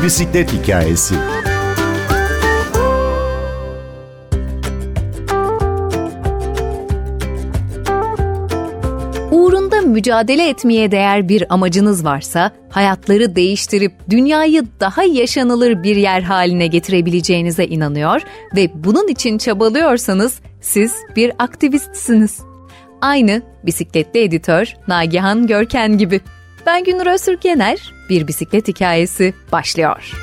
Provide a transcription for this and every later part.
Bir bisiklet hikayesi. Uğrunda mücadele etmeye değer bir amacınız varsa, hayatları değiştirip dünyayı daha yaşanılır bir yer haline getirebileceğinize inanıyor ve bunun için çabalıyorsanız siz bir aktivistsiniz. Aynı bisikletli editör Nagihan Görken gibi. Ben Gündür Öztürk Yener, Bir Bisiklet Hikayesi başlıyor.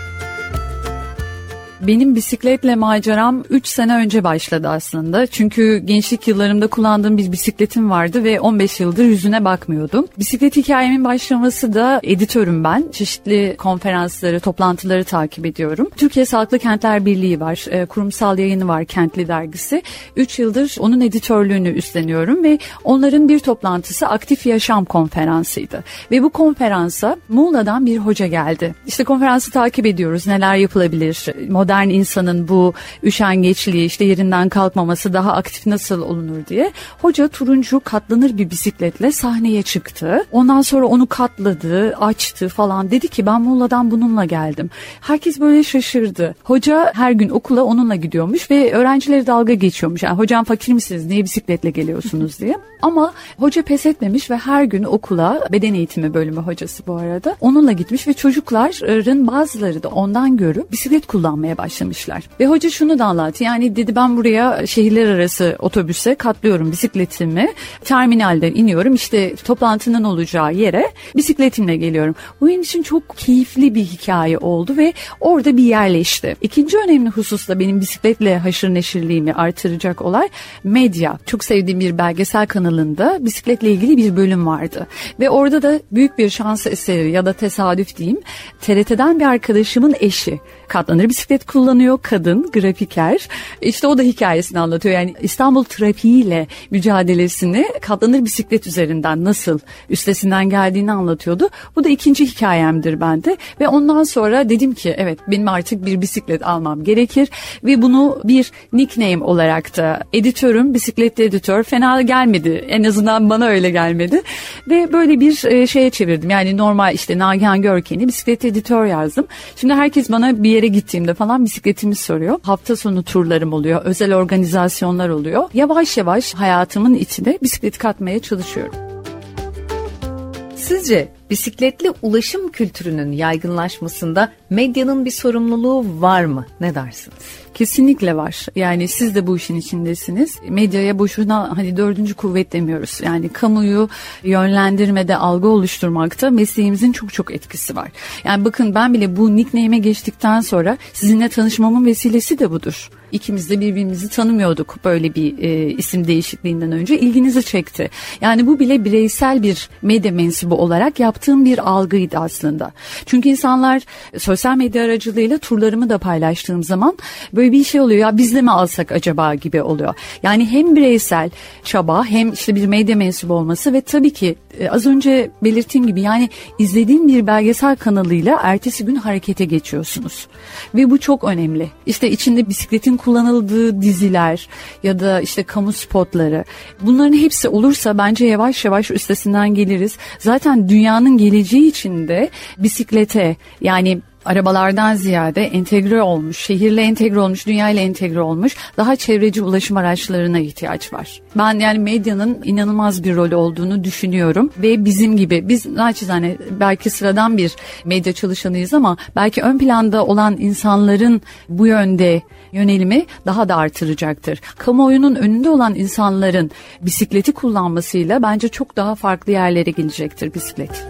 Benim bisikletle maceram 3 sene önce başladı aslında. Çünkü gençlik yıllarımda kullandığım bir bisikletim vardı ve 15 yıldır yüzüne bakmıyordum. Bisiklet hikayemin başlaması da editörüm ben. Çeşitli konferansları, toplantıları takip ediyorum. Türkiye Sağlıklı Kentler Birliği var. Kurumsal yayını var, Kentli dergisi. 3 yıldır onun editörlüğünü üstleniyorum ve onların bir toplantısı Aktif Yaşam konferansıydı. Ve bu konferansa Muğla'dan bir hoca geldi. İşte konferansı takip ediyoruz. Neler yapılabilir? Modern insanın bu üşengeçliği, işte yerinden kalkmaması daha aktif nasıl olunur diye. Hoca turuncu katlanır bir bisikletle sahneye çıktı. Ondan sonra onu katladı, açtı falan. Dedi ki ben Muğla'dan bununla geldim. Herkes böyle şaşırdı. Hoca her gün okula onunla gidiyormuş ve öğrencileri dalga geçiyormuş. Yani hocam fakir misiniz, niye bisikletle geliyorsunuz diye. Ama hoca pes etmemiş ve her gün okula, beden eğitimi bölümü hocası bu arada, onunla gitmiş ve çocukların bazıları da ondan görüp bisiklet kullanmaya başlamışlar. Ve hoca şunu da anlattı. Yani dedi ben buraya şehirler arası otobüse katlıyorum bisikletimi. Terminalden iniyorum. İşte toplantının olacağı yere bisikletimle geliyorum. Bu benim için çok keyifli bir hikaye oldu ve orada bir yerleşti. İkinci önemli husus da benim bisikletle haşır neşirliğimi artıracak olay medya. Çok sevdiğim bir belgesel kanalında bisikletle ilgili bir bölüm vardı. Ve orada da büyük bir şans eseri ya da tesadüf diyeyim. TRT'den bir arkadaşımın eşi katlanır bisiklet kullanıyor, kadın, grafiker. İşte o da hikayesini anlatıyor. Yani İstanbul trafiğiyle mücadelesini katlanır bisiklet üzerinden nasıl üstesinden geldiğini anlatıyordu. Bu da ikinci hikayemdir bende. Ve ondan sonra dedim ki evet benim artık bir bisiklet almam gerekir. Ve bunu bir nickname olarak da editörüm, bisikletli editör fena gelmedi. En azından bana öyle gelmedi. Ve böyle bir şeye çevirdim. Yani normal işte Nagihan Görken'i bisikletli editör yazdım. Şimdi herkes bana bir yere gittiğimde falan bisikletimi soruyor. Hafta sonu turlarım oluyor, özel organizasyonlar oluyor. Yavaş yavaş hayatımın içine bisiklet katmaya çalışıyorum. Sizce bisikletli ulaşım kültürünün yaygınlaşmasında medyanın bir sorumluluğu var mı? Ne dersiniz? Kesinlikle var. Yani siz de bu işin içindesiniz. Medyaya boşuna hani dördüncü kuvvet demiyoruz. Yani kamuyu yönlendirmede, algı oluşturmakta mesleğimizin çok çok etkisi var. Yani bakın ben bile bu nickname'e geçtikten sonra sizinle tanışmamın vesilesi de budur. İkimiz de birbirimizi tanımıyorduk böyle bir isim değişikliğinden önce. İlginizi çekti. Yani bu bile bireysel bir medya mensubu olarak yaptığım bir algıydı aslında. Çünkü insanlar sosyal medya aracılığıyla turlarımı da paylaştığım zaman böyle bir şey oluyor ya biz de mi alsak acaba gibi oluyor. Yani hem bireysel çaba hem işte bir medya mensubu olması ve tabii ki az önce belirttiğim gibi yani izlediğim bir belgesel kanalıyla ertesi gün harekete geçiyorsunuz. Ve bu çok önemli. İşte içinde bisikletin kullanıldığı diziler ya da işte kamu spotları bunların hepsi olursa bence yavaş yavaş üstesinden geliriz. Zaten dünyanın geleceği için de bisiklete yani arabalardan ziyade entegre olmuş, şehirle entegre olmuş, dünyayla entegre olmuş daha çevreci ulaşım araçlarına ihtiyaç var. Ben yani medyanın inanılmaz bir rol olduğunu düşünüyorum ve bizim gibi biz naçizane belki sıradan bir medya çalışanıyız ama belki ön planda olan insanların bu yönde yönelimi daha da artıracaktır. Kamuoyunun önünde olan insanların bisikleti kullanmasıyla bence çok daha farklı yerlere gelecektir bisiklet.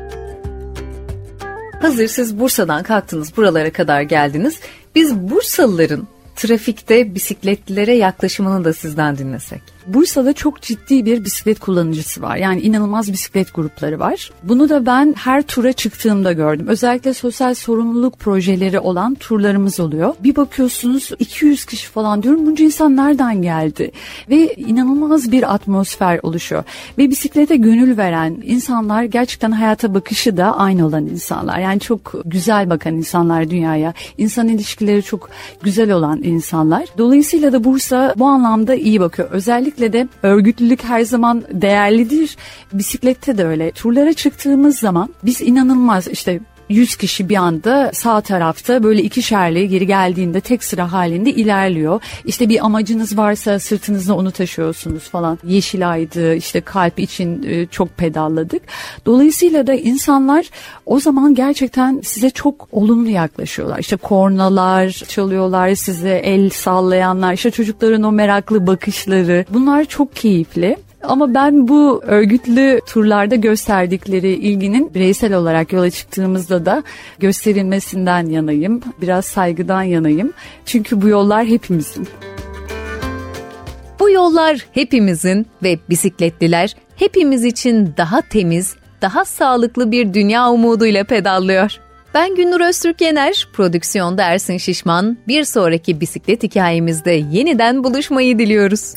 Hazır siz Bursa'dan kalktınız, buralara kadar geldiniz. Biz Bursalıların trafikte bisikletlilere yaklaşımını da sizden dinlesek. Bursa'da çok ciddi bir bisiklet kullanıcısı var. Yani inanılmaz bisiklet grupları var. Bunu da ben her tura çıktığımda gördüm. Özellikle sosyal sorumluluk projeleri olan turlarımız oluyor. Bir bakıyorsunuz 200 kişi falan diyorum. Bunca insan nereden geldi? Ve inanılmaz bir atmosfer oluşuyor. Ve bisiklete gönül veren insanlar gerçekten hayata bakışı da aynı olan insanlar. Yani çok güzel bakan insanlar dünyaya. İnsan ilişkileri çok güzel olan insanlar. Dolayısıyla da Bursa bu anlamda iyi bakıyor. Özellikle de örgütlülük her zaman değerlidir. Bisiklette de öyle. Turlara çıktığımız zaman biz inanılmaz işte 100 kişi bir anda sağ tarafta böyle ikişerli geri geldiğinde tek sıra halinde ilerliyor. İşte bir amacınız varsa sırtınızda onu taşıyorsunuz falan. Yeşilay'dı, işte kalp için çok pedalladık. Dolayısıyla da insanlar o zaman gerçekten size çok olumlu yaklaşıyorlar. İşte kornalar çalıyorlar, size el sallayanlar, işte çocukların o meraklı bakışları. Bunlar çok keyifli. Ama ben bu örgütlü turlarda gösterdikleri ilginin bireysel olarak yola çıktığımızda da gösterilmesinden yanayım. Biraz saygıdan yanayım. Çünkü bu yollar hepimizin. Bu yollar hepimizin ve bisikletliler hepimiz için daha temiz, daha sağlıklı bir dünya umuduyla pedallıyor. Ben Günnur Öztürk Yener, prodüksiyonda Ersin Şişman. Bir sonraki bisiklet hikayemizde yeniden buluşmayı diliyoruz.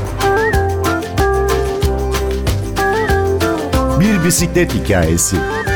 Bir bisiklet hikayesi.